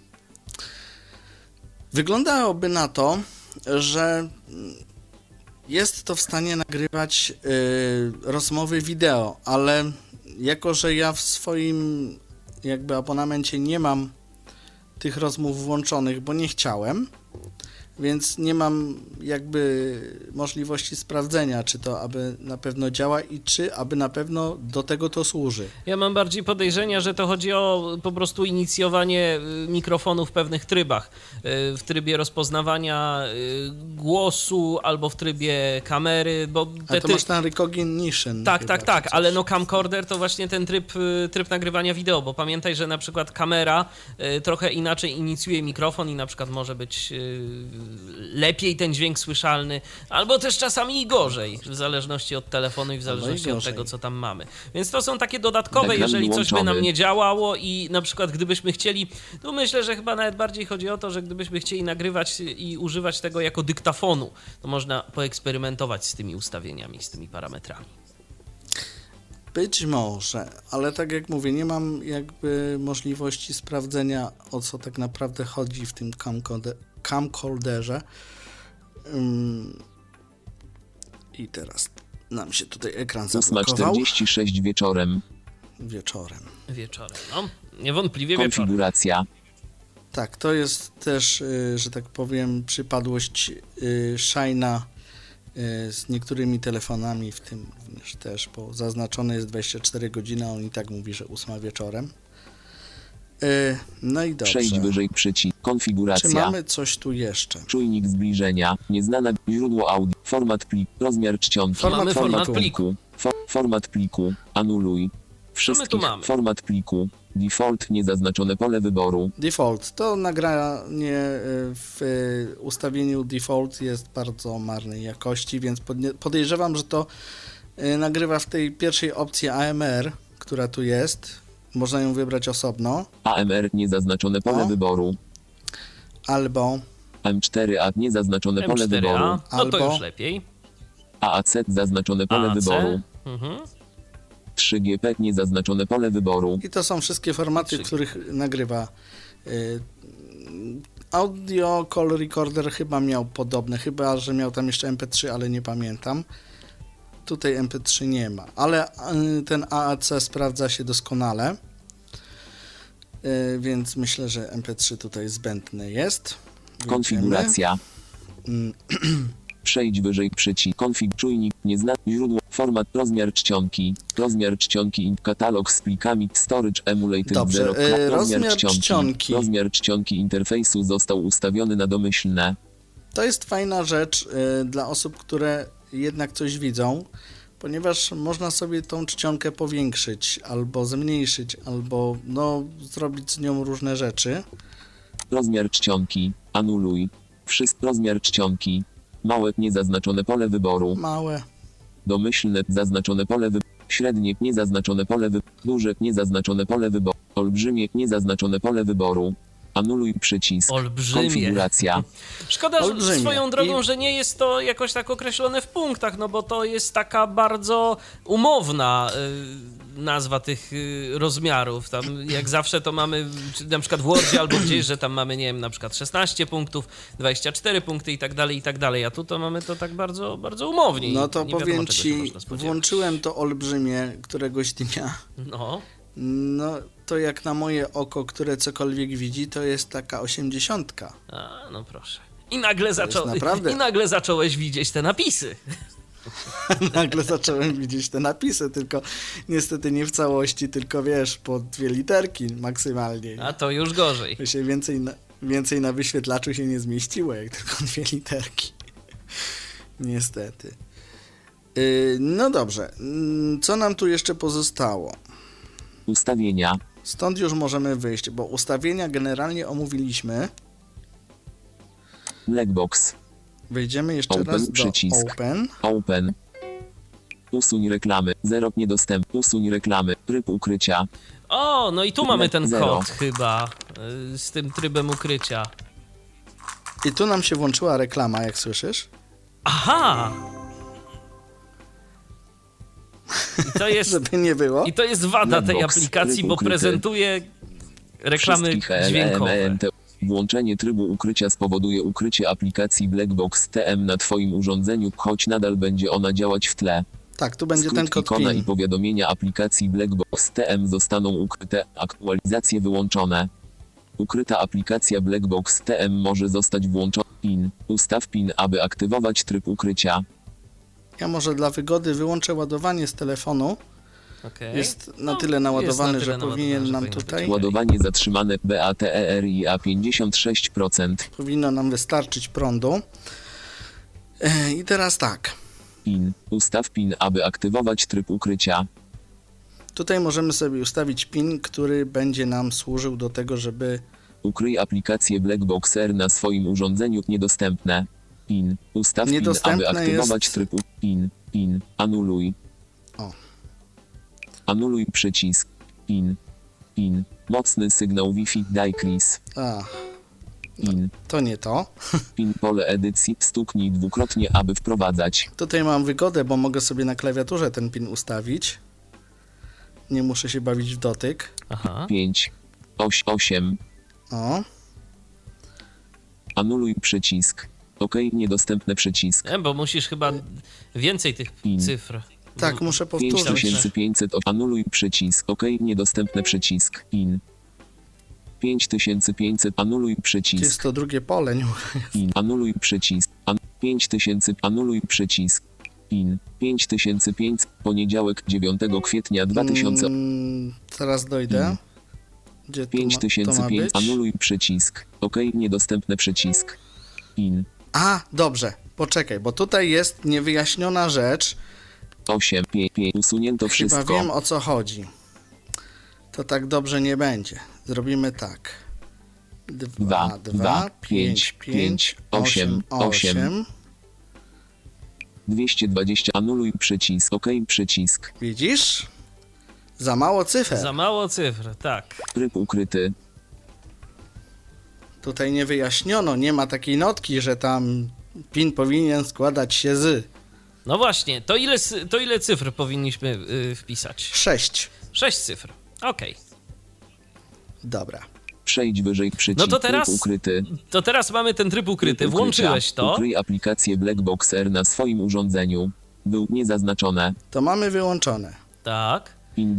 Wyglądałoby na to, że jest to w stanie nagrywać rozmowy wideo, ale jako że ja w swoim jakby abonamencie nie mam tych rozmów włączonych, bo nie chciałem, więc nie mam jakby możliwości sprawdzenia, czy to aby na pewno działa i czy aby na pewno do tego to służy. Ja mam bardziej podejrzenia, że to chodzi o po prostu inicjowanie mikrofonu w pewnych trybach. W trybie rozpoznawania głosu albo w trybie kamery, bo... A to masz ten recognition. Tak, ale no camcorder to właśnie ten tryb nagrywania wideo, bo pamiętaj, że na przykład kamera trochę inaczej inicjuje mikrofon i na przykład może być lepiej ten dźwięk słyszalny, albo też czasami i gorzej, w zależności od telefonu i w zależności od tego, co tam mamy. Więc to są takie dodatkowe, jeżeli coś by nam nie działało i na przykład gdybyśmy chcieli, to myślę, że chyba nawet bardziej chodzi o to, że gdybyśmy chcieli nagrywać i używać tego jako dyktafonu, to można poeksperymentować z tymi ustawieniami, z tymi parametrami. Być może, ale tak jak mówię, nie mam jakby możliwości sprawdzenia, o co tak naprawdę chodzi w tym camcorderze. I teraz nam się tutaj ekran zablokował. 8:46 wieczorem. Wieczorem, no. Niewątpliwie wieczorem. Konfiguracja. Tak, to jest też, że tak powiem, przypadłość Shine'a z niektórymi telefonami, w tym również też, bo zaznaczone jest 24 godziny, a on i tak mówi, że 8 wieczorem. No i dobrze. Przejdź wyżej przycisk. Konfiguracja. Czy mamy coś tu jeszcze? Czujnik zbliżenia. Nieznana. Źródło audio. Format plik. Rozmiar czcionki. Format pliku. Format pliku. Anuluj. Wszystkich. Format pliku. Default. Niezaznaczone pole wyboru. Default. To nagranie w ustawieniu default jest bardzo marnej jakości, więc podejrzewam, że to nagrywa w tej pierwszej opcji AMR, która tu jest. Można ją wybrać osobno. AMR. Niezaznaczone pole wyboru. Albo M4A. Niezaznaczone pole wyboru. No albo to już lepiej. AAC. Zaznaczone pole wyboru. 3GP. Niezaznaczone pole wyboru. I to są wszystkie formaty, w których nagrywa. Audio Call Recorder chyba miał podobne, chyba że miał tam jeszcze MP3, ale nie pamiętam. Tutaj MP3 nie ma, ale ten AAC sprawdza się doskonale, więc myślę, że MP3 tutaj zbędny jest. Konfiguracja. Przejdź wyżej przycisk. Czujnik. Nieznany. Źródło. Format. Rozmiar czcionki. Rozmiar czcionki. Katalog z plikami. Storage emulated. Dobrze. 0. Rozmiar czcionki. Rozmiar czcionki interfejsu został ustawiony na domyślne. To jest fajna rzecz dla osób, które jednak coś widzą, ponieważ można sobie tą czcionkę powiększyć, albo zmniejszyć, albo zrobić z nią różne rzeczy. Rozmiar czcionki. Anuluj. Rozmiar czcionki. Małe. Niezaznaczone pole wyboru. Małe. Domyślne. Zaznaczone pole wyboru. Średnie. Niezaznaczone pole wyboru. Duże. Niezaznaczone pole wyboru. Olbrzymie. Niezaznaczone pole wyboru. Anuluj przycisk. Olbrzymie. Konfiguracja. Szkoda swoją drogą, że nie jest to jakoś tak określone w punktach, no bo to jest taka bardzo umowna nazwa tych rozmiarów. Tam jak zawsze to mamy, na przykład w Wordzie albo gdzieś, że tam mamy, nie wiem, na przykład 16 punktów, 24 punkty i tak dalej, a tu to mamy to tak bardzo, bardzo umownie. No to nie wiadomo, powiem czego ci, się można spodziewać. włączyłem to olbrzymie któregoś dnia. No, to jak na moje oko, które cokolwiek widzi, to jest taka 80. No proszę. I nagle zacząłeś widzieć te napisy. Nagle zacząłem widzieć te napisy, tylko niestety nie w całości, tylko wiesz, po 2 literki maksymalnie. A to już gorzej. To się więcej na wyświetlaczu się nie zmieściło, jak tylko 2 literki. Niestety. No dobrze. Co nam tu jeszcze pozostało? Ustawienia. Stąd już możemy wyjść, bo ustawienia generalnie omówiliśmy. Blackbox. Wejdziemy jeszcze Open, raz przycisk. do Open. Open. Usuń reklamy. 0 niedostęp. Usuń reklamy. Tryb ukrycia. O, no i tu mamy ten 0. kod chyba z tym trybem ukrycia. I tu nam się włączyła reklama, jak słyszysz. Aha! I to jest, żeby nie było. I to jest wada tej aplikacji, bo prezentuje reklamy dźwiękowe. Włączenie trybu ukrycia spowoduje ukrycie aplikacji Blackbox TM na Twoim urządzeniu, choć nadal będzie ona działać w tle. Tak, tu będzie ten kod ikona PIN. i powiadomienia aplikacji Blackbox TM zostaną ukryte, aktualizacje wyłączone. Ukryta aplikacja Blackbox TM może zostać włączona. PIN. Ustaw PIN, aby aktywować tryb ukrycia. Ja może dla wygody wyłączę ładowanie z telefonu. Okay. Jest na tyle naładowany, jest na tyle że powinien naładowany, nam że powinno tutaj... być. Ładowanie zatrzymane BATERIA 56%. Powinno nam wystarczyć prądu. I teraz tak. PIN. Ustaw PIN, aby aktywować tryb ukrycia. Tutaj możemy sobie ustawić PIN, który będzie nam służył do tego, żeby... Ukryj aplikację Blackbox R na swoim urządzeniu. Niedostępne. PIN. Ustaw PIN, Niedostępne aby aktywować jest- tryb PIN. Anuluj. O. Anuluj przycisk. PIN. Mocny sygnał Wi-Fi. Decrease. A, PIN. to nie to. PIN pole edycji. Stuknij dwukrotnie, aby wprowadzać. Tutaj mam wygodę, bo mogę sobie na klawiaturze ten PIN ustawić. Nie muszę się bawić w dotyk. Aha. 5. 8. O, Anuluj przycisk. OK. Niedostępny przycisk. Bo musisz chyba więcej tych PIN. cyfr. tak, muszę powtórzyć. 5500. Anuluj przycisk. OK. Niedostępny przycisk. PIN. 5500. Anuluj przycisk. Jest to drugie pole, nie? PIN. Anuluj przycisk. 5000. Anuluj przycisk. PIN. 5500. Poniedziałek 9 kwietnia 2000. Teraz dojdę. Gdzie to ma 5500. być? Anuluj przycisk. OK. Niedostępny przycisk. PIN. A, dobrze. Poczekaj, bo tutaj jest niewyjaśniona rzecz. 8. 5. Usunięto Chyba wszystko. wiem, o co chodzi. To tak dobrze nie będzie. Zrobimy tak. 2, 2, 5, 5, 8, 8. 220. Anuluj przycisk. OK. Przycisk. Widzisz? Za mało cyfer. Za mało cyfr, tak. Tryb ukryty. Tutaj nie wyjaśniono, nie ma takiej notki, że tam PIN powinien składać się z No właśnie, to ile cyfr powinniśmy wpisać? 6. 6 cyfr. Okej. Dobra. Przejdź wyżej przycisk. No to teraz- Tryb ukryty. To teraz mamy ten tryb ukryty. Tryb Włączyłeś ukrycia. to. Ukryj aplikację Blackbox R na swoim urządzeniu. Był niezaznaczone. To mamy wyłączone. Tak. PIN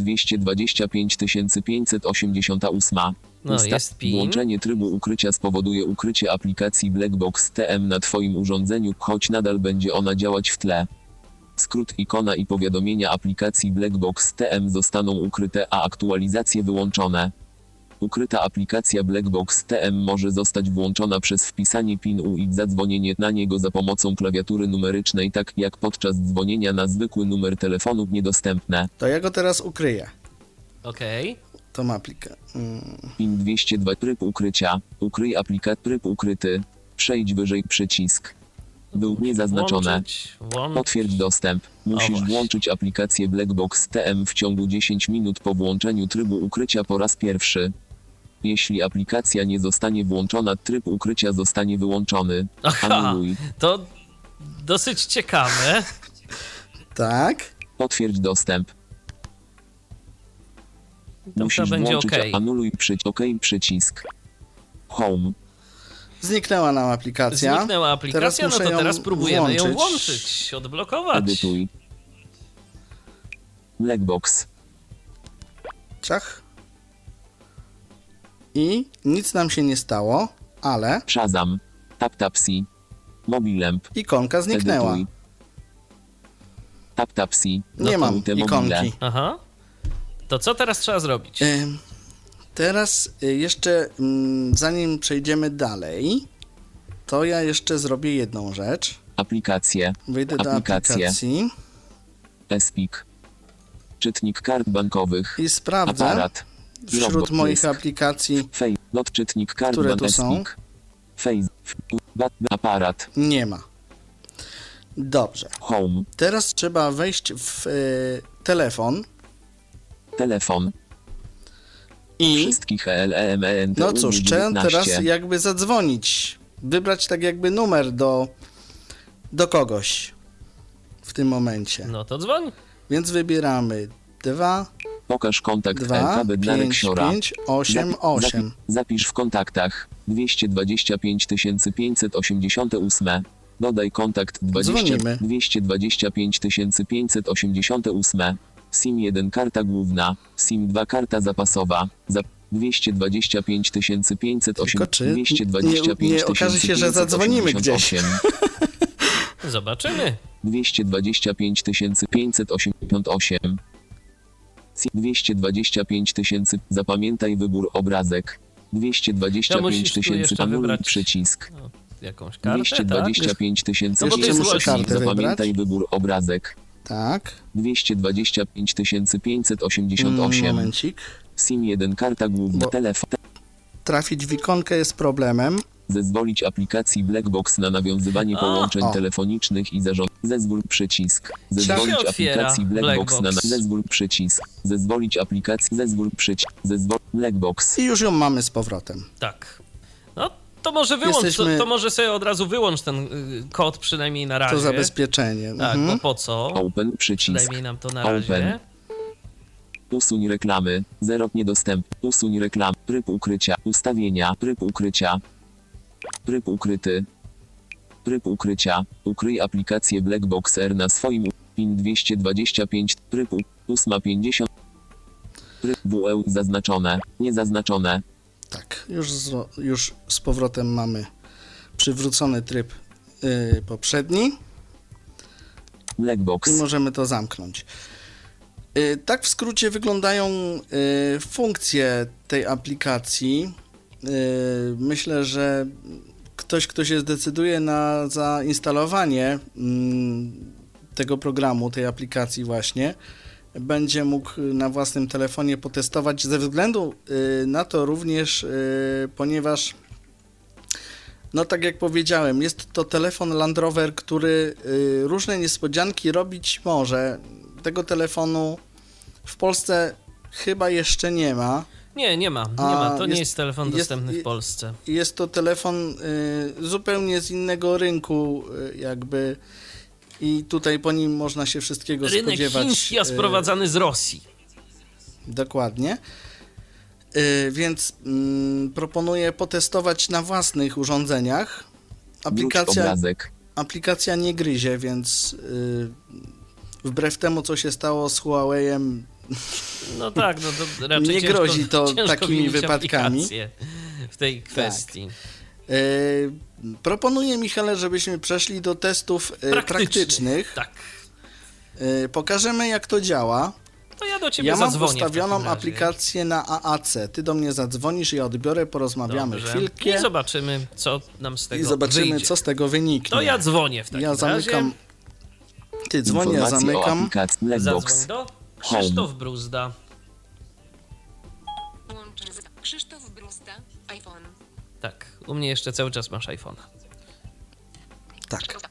225588. No, jest PIN. Włączenie trybu ukrycia spowoduje ukrycie aplikacji Blackbox TM na Twoim urządzeniu, choć nadal będzie ona działać w tle. Skrót ikona i powiadomienia aplikacji Blackbox TM zostaną ukryte, a aktualizacje wyłączone. Ukryta aplikacja Blackbox TM może zostać włączona przez wpisanie PIN-u i zadzwonienie na niego za pomocą klawiatury numerycznej, tak jak podczas dzwonienia na zwykły numer telefonu. Niedostępne. To ja go teraz ukryję. Okej. To ma aplika. PIN 202. Tryb ukrycia. Ukryj aplikację. Tryb ukryty. Przejdź wyżej przycisk. Był niezaznaczone. Włączyć. Potwierdź dostęp. Musisz właśnie. włączyć aplikację Blackbox TM w ciągu 10 minut po włączeniu trybu ukrycia po raz pierwszy. Jeśli aplikacja nie zostanie włączona, tryb ukrycia zostanie wyłączony. Aha, Anuluj. to dosyć ciekawe. Tak. Potwierdź dostęp. To Musisz będzie włączyć OK. anuluj OK przycisk. Home. Zniknęła nam aplikacja. Zniknęła aplikacja, no muszę to ją teraz próbujemy ją włączyć. włączyć, odblokować. Edytuj. Blackbox. Ciach. I nic nam się nie stało, ale Shazam. TapTapSee. Mobilemp. ikonka zniknęła. Edytuj. TapTapSee. Nie mam Notuj te mobile. ikonki. Aha. To co teraz trzeba zrobić? Teraz jeszcze, zanim przejdziemy dalej, to ja jeszcze zrobię jedną rzecz. Aplikacje. Wyjdę do Aplikacje. aplikacji Espik. Czytnik kart bankowych. i sprawdzę Aparat. wśród Dropbox. moich aplikacji Not czytnik kart Które ban tu są? Espik. Aparat. nie ma. Dobrze. Home. Teraz trzeba wejść w telefon Telefon. i Wszystkich ELEMENT. no cóż, trzeba teraz jakby zadzwonić. Wybrać tak jakby numer do kogoś w tym momencie. No to dzwoń. Więc wybieramy 2, Pokaż kontakt 2, LK Bednarek 5, Siora. 5, 8, 8. Zapisz w kontaktach 225 588. Dodaj kontakt 20 Dzwonimy. 225 588. SIM 1 karta główna, SIM 2 karta zapasowa. 225 508. Tylko czy 225 nie okaże się, że zadzwonimy gdzieś. 588. Zobaczymy. 225 588. 225 000. Zapamiętaj wybór obrazek. 225 tu 000. jeszcze Anuluj wybrać przycisk. No, jakąś kartę, 225 000. No bo to jest muszę kartę Zapamiętaj wybrać. wybór obrazek. Tak. 225 588. Momencik. SIM 1 karta główna. Bo- Telefon. Trafić w ikonkę jest problemem. Zezwolić aplikacji Blackbox na nawiązywanie połączeń O. telefonicznych i zarząd. Zezwól przycisk. Zezwolić się otwiera aplikacji Blackbox na Blackbox? zezwól przycisk. Zezwolić aplikacji. Zezwól przycisk. Zezwól Blackbox. I już ją mamy z powrotem. Tak. No, to może wyłącz, Jesteśmy- to może sobie od razu wyłącz ten kod przynajmniej na razie. To zabezpieczenie. Tak, Mhm. bo po co? Open przycisk. Przynajmniej nam to na Open. razie. Usuń reklamy. 0 niedostępny. Usuń reklam. Tryb ukrycia. Ustawienia. Tryb ukrycia. Tryb ukryty. Tryb ukrycia. Ukryj aplikację Blackbox R na swoim PIN 225. Tryb 850. Tryb WE zaznaczone. Niezaznaczone. Tak, już z powrotem mamy przywrócony tryb poprzedni i Blackbox. możemy to zamknąć. Tak w skrócie wyglądają funkcje tej aplikacji. Myślę, że ktoś, kto się zdecyduje na zainstalowanie tego programu, tej aplikacji właśnie, będzie mógł na własnym telefonie potestować ze względu na to również, ponieważ no tak jak powiedziałem, jest to telefon Land Rover, który różne niespodzianki robić może. Tego telefonu w Polsce chyba jeszcze nie ma. Nie ma. To nie jest telefon jest- dostępny w Polsce. Jest to telefon zupełnie z innego rynku jakby i tutaj po nim można się wszystkiego Rynek spodziewać. chiński, a sprowadzany z Rosji. Dokładnie. Więc proponuję potestować na własnych urządzeniach. Wróć obrazek. Aplikacja nie gryzie, więc wbrew temu, co się stało z Huawei'em, No tak, no to raczej Nie ciężko, grozi to ciężko takimi wymienić wypadkami. aplikację w tej kwestii. proponuję, Michale, żebyśmy przeszli do testów praktycznych. Tak. Pokażemy, jak to działa. To ja do ciebie Ja mam zadzwonię w ustawioną takim razie. aplikację na AAC. Ty do mnie zadzwonisz, ja odbiorę, porozmawiamy Dobrze. chwilkę I zobaczymy, co nam z tego i zobaczymy, wyjdzie. co z tego wyniknie. To ja dzwonię w takim Ja zamykam. razie. Ty dzwonię, ja Informacje o zamykam. aplikacji Blackbox. Zadzwoń do Krzysztof Bruzda. Łączę z Krzysztof Bruzda, iPhone. Tak, u mnie jeszcze cały czas masz iPhone'a. Tak.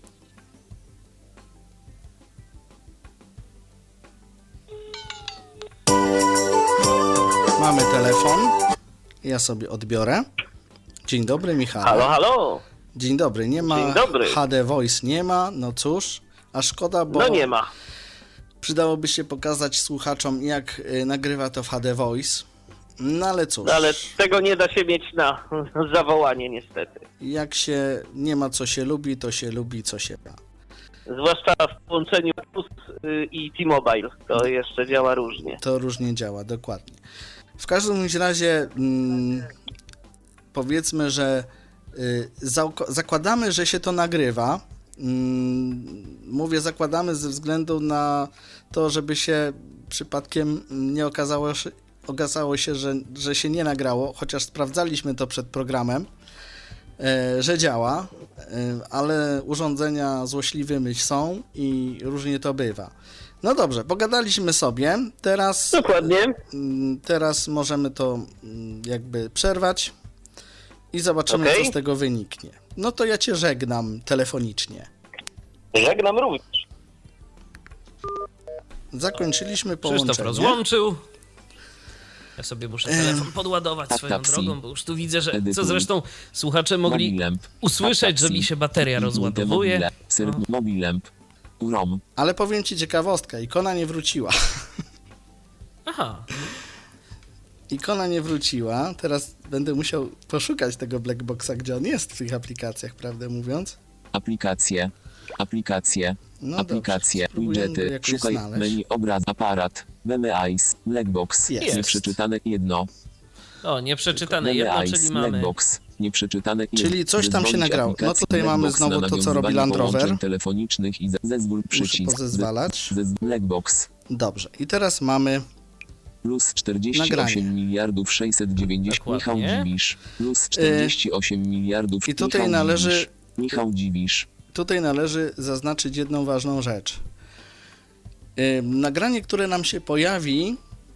Mamy telefon. Ja sobie odbiorę. Dzień dobry, Michał. Halo. Dzień dobry. Nie ma Dzień dobry. HD Voice, nie ma. No cóż, a szkoda, bo No nie ma. przydałoby się pokazać słuchaczom, jak nagrywa to w HD Voice. No ale cóż, No ale tego nie da się mieć na zawołanie niestety. jak się nie ma co się lubi, to się lubi co się ma. Zwłaszcza w połączeniu Plus i T-Mobile. To jeszcze działa różnie. To różnie działa, dokładnie. W każdym bądź razie powiedzmy, że zakładamy, że się to nagrywa. Mówię zakładamy ze względu na to, żeby się przypadkiem nie okazało się, że się nie nagrało, chociaż sprawdzaliśmy to przed programem, że działa, ale urządzenia złośliwymi są i różnie to bywa. No dobrze, pogadaliśmy sobie, Dokładnie. teraz możemy to jakby przerwać i zobaczymy, Okej. co z tego wyniknie. No to ja cię żegnam telefonicznie. Żegnam również. Zakończyliśmy połączenie. Krzysztof rozłączył. Ja sobie muszę telefon podładować swoją Tapsi. drogą, bo już tu widzę, że Edytuj. co zresztą słuchacze mogli Mobilemp. usłyszeć, że mi się bateria rozładowuje. Mobilemp. ROM. Ale powiem ci ciekawostkę, ikona nie wróciła. Aha, Ikona nie wróciła, teraz będę musiał poszukać tego Blackboxa, gdzie on jest w tych aplikacjach, prawdę mówiąc. Aplikacje. No Aplikacje. dobrze, spróbujemy go Widgety. jakoś Szukaj znaleźć. menu obraz. Aparat. Memeis. Blackbox. Jest. Nieprzeczytane jedno. O, nieprzeczytane jedno, Memeis. czyli mamy... Blackbox. Nieprzeczytane Czyli coś tam się Zezwolić nagrało. No aplikacji tutaj mamy Blackbox znowu na to, co robi nawiązywanie Land Rover. połączeń telefonicznych i zezwól Muszę przycisk. pozezwalać. Blackbox. Dobrze. I teraz mamy... Plus 48 Nagranie. miliardów 690. Michał Dokładnie. Dziwisz. Plus 48 miliardów. I tutaj Michał należy... Dziwisz. Michał Dziwisz. Tutaj należy zaznaczyć jedną ważną rzecz. Nagranie, które nam się pojawi,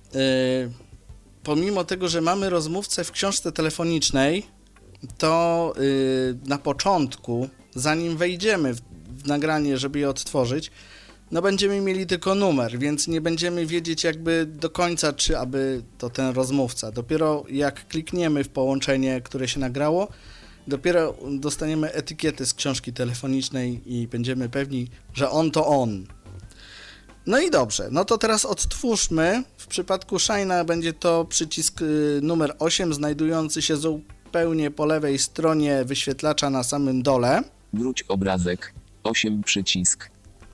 pomimo tego, że mamy rozmówcę w książce telefonicznej, to na początku, zanim wejdziemy w nagranie, żeby je odtworzyć, no będziemy mieli tylko numer, więc nie będziemy wiedzieć jakby do końca, czy aby to ten rozmówca. Dopiero jak klikniemy w połączenie, które się nagrało, dopiero dostaniemy etykietę z książki telefonicznej i będziemy pewni, że on to on. No i dobrze, no to teraz odtwórzmy. W przypadku Shine'a będzie to przycisk numer 8, znajdujący się zupełnie po lewej stronie wyświetlacza na samym dole. Wróć obrazek. 8 przycisk.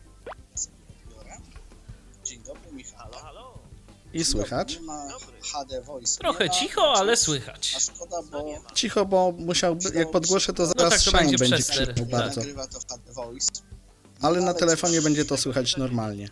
Dzień dobry, Michał. I słychać? Nie ma HD Voice. Trochę Nie ma, cicho, ale a słychać. szkoda, bo Cicho, bo musiałby, jak podgłoszę, to zaraz tak, to Shine będzie będzie przester. krzyczał Tak. bardzo. nagrywa to w HD Voice. Ale na Ale telefonie cóż, będzie to słychać normalnie.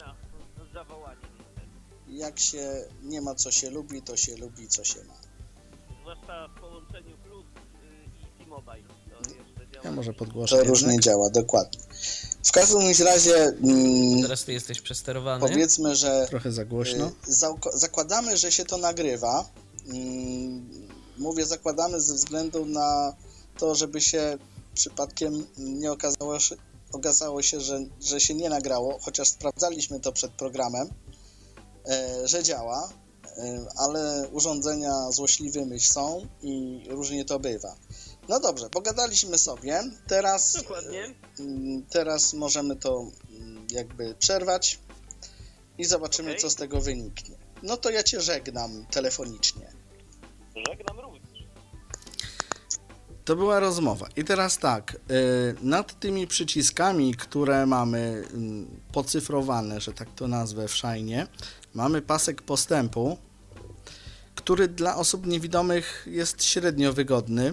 Jak się nie ma co się lubi, to się lubi co się ma. Zwłaszcza w połączeniu Plus i T-Mobile. To jeszcze działa. Ja może To podgłoszę różnie jednak. działa, dokładnie. W każdym razie Teraz ty jesteś przesterowany. powiedzmy, że Trochę za głośno. zakładamy, że się to nagrywa. Mówię zakładamy ze względu na to, żeby się przypadkiem nie okazało się, że się nie nagrało, chociaż sprawdzaliśmy to przed programem, że działa, ale urządzenia złośliwymi są i różnie to bywa. No dobrze, pogadaliśmy sobie, Dokładnie. teraz możemy to jakby przerwać i zobaczymy, Okej. co z tego wyniknie. No to ja Cię żegnam telefonicznie. Żegnam również. To była rozmowa. I teraz tak, nad tymi przyciskami, które mamy pocyfrowane, że tak to nazwę w Shine'ie, mamy pasek postępu, który dla osób niewidomych jest średnio wygodny.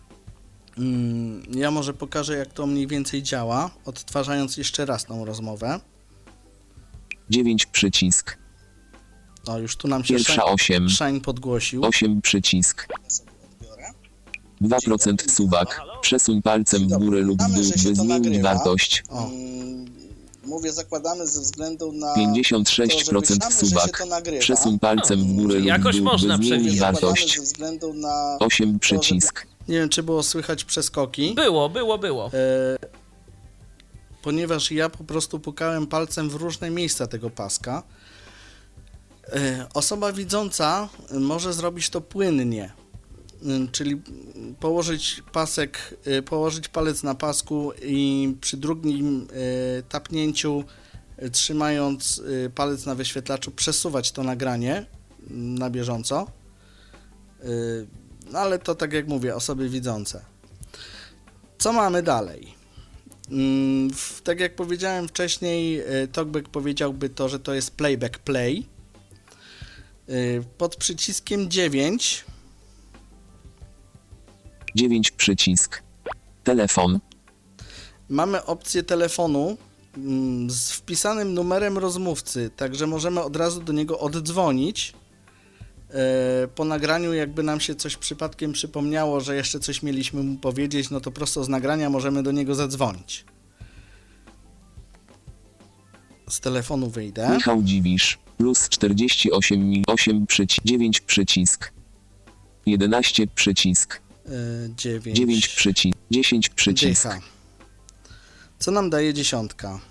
Ja może pokażę, jak to mniej więcej działa, odtwarzając jeszcze raz tą rozmowę. 9 przycisk. O, już tu nam się Pierwsza 8. Shine podgłosił. 8 przycisk. Ja sobie odbiorę. 2% suwak. Przesuń palcem w górę lub w dół, Że się by to zmienić nagrywa. wartość. O. Mówię, zakładamy ze względu na 56% suwak. Przesuń palcem w górę lub w Jakoś dół, można by zmienić przewidzieć. wartość. ze względu na 8 przycisk. Nie wiem, czy było słychać przeskoki. Było. Ponieważ ja po prostu pukałem palcem w różne miejsca tego paska. Osoba widząca może zrobić to płynnie, czyli położyć palec na pasku i przy drugim tapnięciu, trzymając palec na wyświetlaczu, przesuwać to nagranie na bieżąco. No ale to, tak jak mówię, osoby widzące. Co mamy dalej? Tak jak powiedziałem wcześniej, TalkBack powiedziałby to, że to jest playback play. Pod przyciskiem 9 przycisk. Telefon. mamy opcję telefonu z wpisanym numerem rozmówcy, także możemy od razu do niego oddzwonić. Po nagraniu, jakby nam się coś przypadkiem przypomniało, że jeszcze coś mieliśmy mu powiedzieć, no to prosto z nagrania możemy do niego zadzwonić. Z telefonu wyjdę. Michał Dziwisz. Plus 48 8 przycisk. 9 przycisk. 11 przycisk. 9 przycisk. 10 przycisk. Dycha. Co nam daje dziesiątka?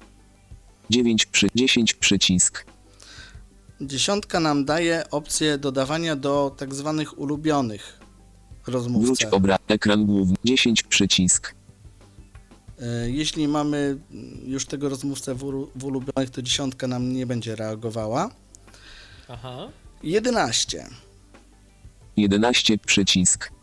10 przycisk. Dziesiątka nam daje opcję dodawania do tak zwanych ulubionych rozmówców. Wróć obraz. Ekran główny. 10 przycisk. Jeśli mamy już tego rozmówcę w ulubionych, to dziesiątka nam nie będzie reagowała. Aha. 11. 11 przycisk.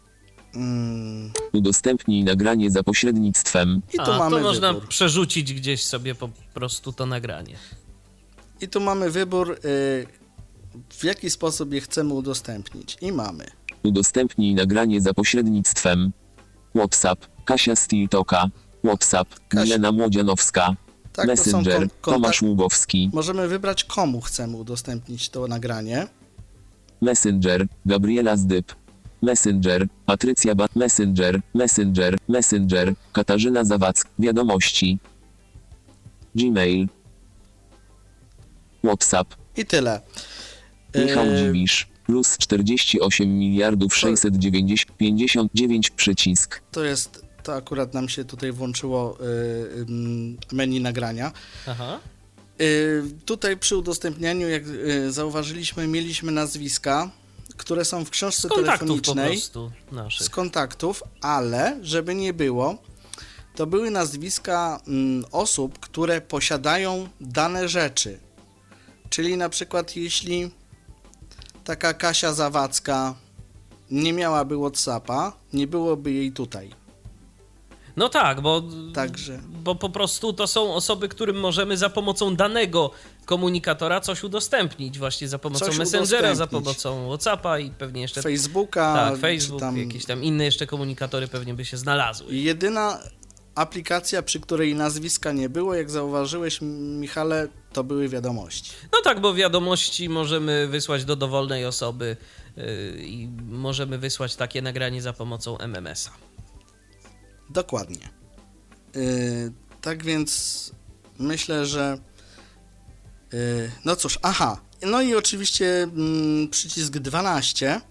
Udostępnij nagranie za pośrednictwem. I tu mamy to można wybór. przerzucić gdzieś sobie po prostu to nagranie. I tu mamy wybór, w jaki sposób je chcemy udostępnić. I mamy. Udostępnij nagranie za pośrednictwem. WhatsApp, Kasia Stiltoka. WhatsApp, Kasia. Milena Młodzianowska. Tak, to są Messenger, Tomasz Łubowski. Możemy wybrać, komu chcemy udostępnić to nagranie. Messenger, Gabriela Zdyb. Messenger, Patrycja Messenger, Katarzyna Zawack. Wiadomości. Gmail. WhatsApp, I tyle. Michał Yy, Dziwisz. Plus 48 miliardów 690 59 przycisk. To akurat nam się tutaj włączyło menu nagrania. Aha. Tutaj przy udostępnianiu, jak zauważyliśmy, mieliśmy nazwiska, które są w książce Z kontaktów po telefonicznej. prostu naszych. Z kontaktów, ale żeby nie było, to były nazwiska osób, które posiadają dane rzeczy. Czyli na przykład jeśli taka Kasia Zawadzka nie miałaby WhatsAppa, nie byłoby jej tutaj. No tak, Także bo po prostu to są osoby, którym możemy za pomocą danego komunikatora coś udostępnić, właśnie za pomocą Coś Messengera, za udostępnić. pomocą WhatsAppa i pewnie jeszcze Facebooka, tak, czy Facebook, jakieś tam inne jeszcze komunikatory pewnie by się znalazły. Jedyna aplikacja, przy której nazwiska nie było, jak zauważyłeś, Michale, to były wiadomości. No tak, bo wiadomości możemy wysłać do dowolnej osoby i możemy wysłać takie nagranie za pomocą MMS-a. Dokładnie. Tak więc myślę, że no cóż, no i oczywiście przycisk 12.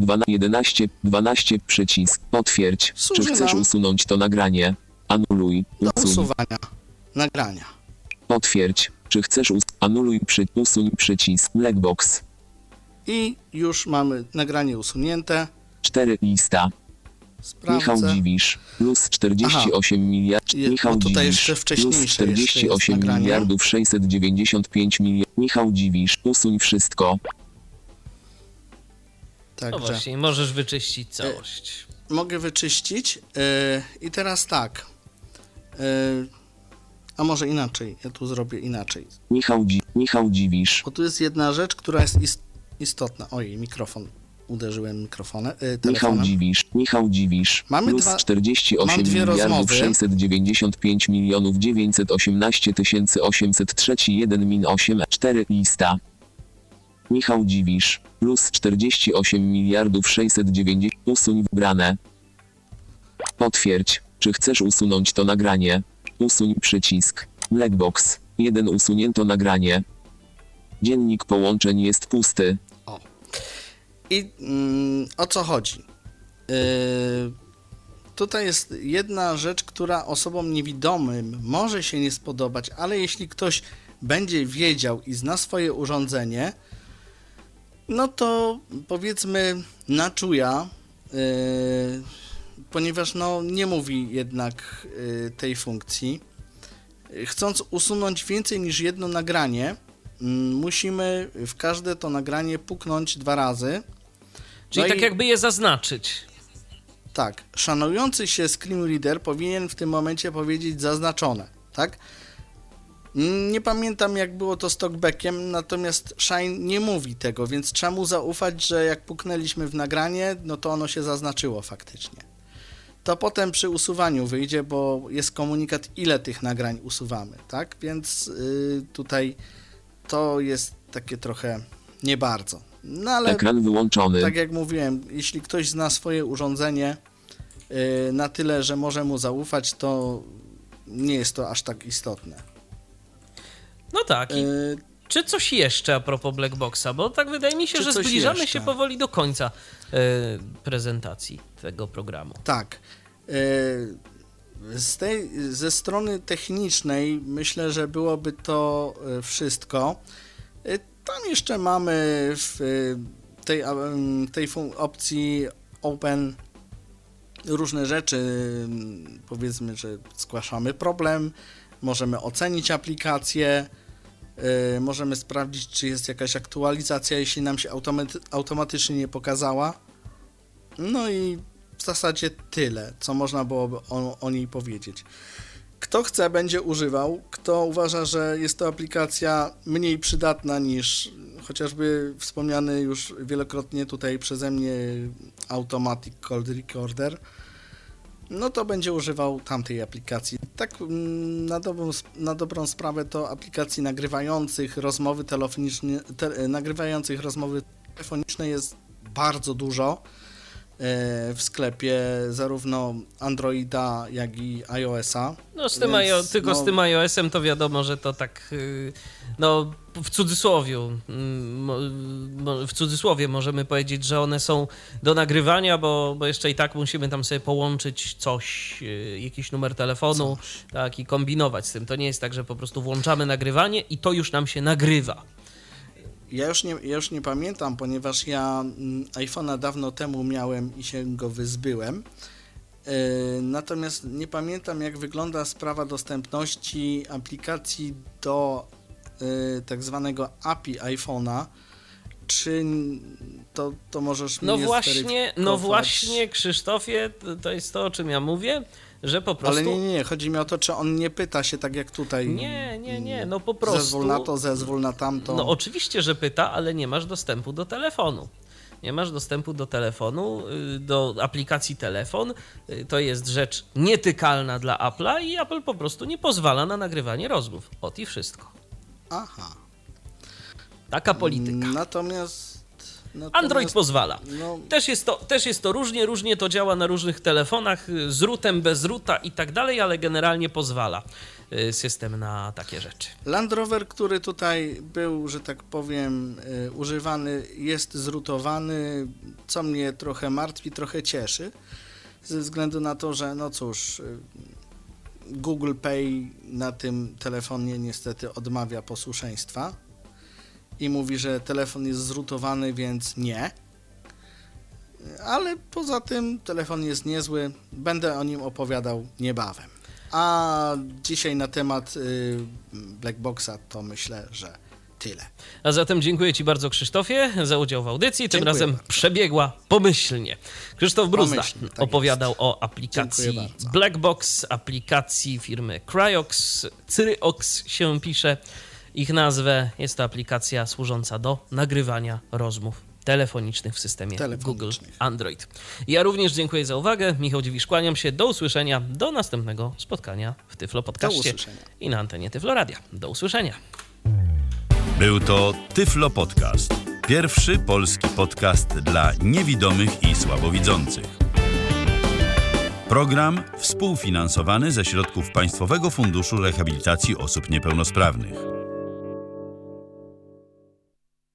12 przycisk. Potwierdź. Służy Czy chcesz nam usunąć to nagranie? Anuluj. do Usuń. usuwania nagrania. Potwierdź. Czy chcesz anuluj usuń przycisk. Blackbox. I już mamy nagranie usunięte. 4 lista. Michał Sprawdzę. Dziwisz. Plus 48 miliardów. Bo tutaj jeszcze Plus wcześniejsze jeszcze 48 jest nagranie. miliardów 695 milionów. Michał Dziwisz. Usuń wszystko. No Także właśnie, możesz wyczyścić całość. mogę wyczyścić. I teraz tak. A może inaczej. Ja tu zrobię inaczej. Michał Dziwisz. Bo tu jest jedna rzecz, która jest istotna. Ojej, mikrofon. Uderzyłem telefonem. Michał Dziwisz. Mamy plus mam 48 dwie miliardów rozmowy. 695 milionów 918 803 1 min 8 4 lista. Michał Dziwisz. Plus 48 miliardów 690. Usuń wybrane. Potwierdź. Czy chcesz usunąć to nagranie? Usuń przycisk. Blackbox. 1 usunięto nagranie. Dziennik połączeń jest pusty. I o co chodzi? Tutaj jest jedna rzecz, która osobom niewidomym może się nie spodobać, ale jeśli ktoś będzie wiedział i zna swoje urządzenie, no to powiedzmy na czuja, ponieważ no nie mówi jednak tej funkcji. Chcąc usunąć więcej niż jedno nagranie, musimy w każde to nagranie puknąć 2 razy. Czyli No tak i jakby je zaznaczyć. tak, szanujący się screen reader powinien w tym momencie powiedzieć zaznaczone, tak? Nie pamiętam, jak było to z talkbackiem, natomiast Shine nie mówi tego, więc trzeba mu zaufać, że jak puknęliśmy w nagranie, no to ono się zaznaczyło faktycznie. To potem przy usuwaniu wyjdzie, bo jest komunikat, ile tych nagrań usuwamy, tak? Więc tutaj to jest takie trochę nie bardzo. No ale Ekran wyłączony. tak jak mówiłem, jeśli ktoś zna swoje urządzenie na tyle, że może mu zaufać, to nie jest to aż tak istotne. No tak. I czy coś jeszcze a propos Blackboxa? Bo tak wydaje mi się, Czy że coś zbliżamy jeszcze? się powoli do końca prezentacji tego programu. Tak. Ze strony technicznej myślę, że byłoby to wszystko. Tam jeszcze mamy w tej opcji Open różne rzeczy. Powiedzmy, że zgłaszamy problem, możemy ocenić aplikację, możemy sprawdzić, czy jest jakaś aktualizacja, jeśli nam się automatycznie nie pokazała. No i w zasadzie tyle, co można byłoby o niej powiedzieć. Kto chce, będzie używał. Kto uważa, że jest to aplikacja mniej przydatna niż chociażby wspomniany już wielokrotnie tutaj przeze mnie Automatic Call Recorder, no to będzie używał tamtej aplikacji. Tak na dobrą sprawę to aplikacji nagrywających rozmowy telefoniczne jest bardzo dużo w sklepie, zarówno Androida, jak i iOS-a. No z tym iOS-em to wiadomo, że to tak no w cudzysłowie możemy powiedzieć, że one są do nagrywania, bo jeszcze i tak musimy tam sobie połączyć coś, jakiś numer telefonu, tak, i kombinować z tym. To nie jest tak, że po prostu włączamy nagrywanie i to już nam się nagrywa. Ja już nie pamiętam, ponieważ ja iPhone'a dawno temu miałem i się go wyzbyłem. Natomiast nie pamiętam, jak wygląda sprawa dostępności aplikacji do tak zwanego API iPhone'a. Czy to możesz mnie zweryfikować? No właśnie, Krzysztofie, to jest to, o czym ja mówię, że po prostu... Ale nie, chodzi mi o to, czy on nie pyta się tak jak tutaj. Nie, no po prostu... Zezwól na to, zezwól na tamto. No oczywiście, że pyta, ale nie masz dostępu do telefonu. Nie masz dostępu do telefonu, do aplikacji telefon. To jest rzecz nietykalna dla Apple'a i Apple po prostu nie pozwala na nagrywanie rozmów. Ot i wszystko. Aha. Taka polityka. Natomiast Android pozwala. No, Też jest to różnie to działa na różnych telefonach, z rootem, bez roota i tak dalej, ale generalnie pozwala system na takie rzeczy. Land Rover, który tutaj był, że tak powiem, używany, jest zrootowany, co mnie trochę martwi, trochę cieszy, ze względu na to, że no cóż, Google Pay na tym telefonie niestety odmawia posłuszeństwa i mówi, że telefon jest zrootowany, więc nie. Ale poza tym telefon jest niezły, będę o nim opowiadał niebawem. A dzisiaj na temat Blackboxa to myślę, że tyle. A zatem dziękuję Ci bardzo, Krzysztofie, za udział w audycji. Tym razem bardzo. Przebiegła pomyślnie. Krzysztof Bruzda Tak opowiadał o aplikacji Blackbox, aplikacji firmy Cryox się pisze ich nazwę. Jest to aplikacja służąca do nagrywania rozmów telefonicznych w systemie Google Android. Ja również dziękuję za uwagę. Michał Dziwisz, kłaniam się. Do usłyszenia. Do następnego spotkania w Tyflo Podcaście i na antenie Tyflo Radia. Do usłyszenia. Był to Tyflo Podcast. Pierwszy polski podcast dla niewidomych i słabowidzących. Program współfinansowany ze środków Państwowego Funduszu Rehabilitacji Osób Niepełnosprawnych.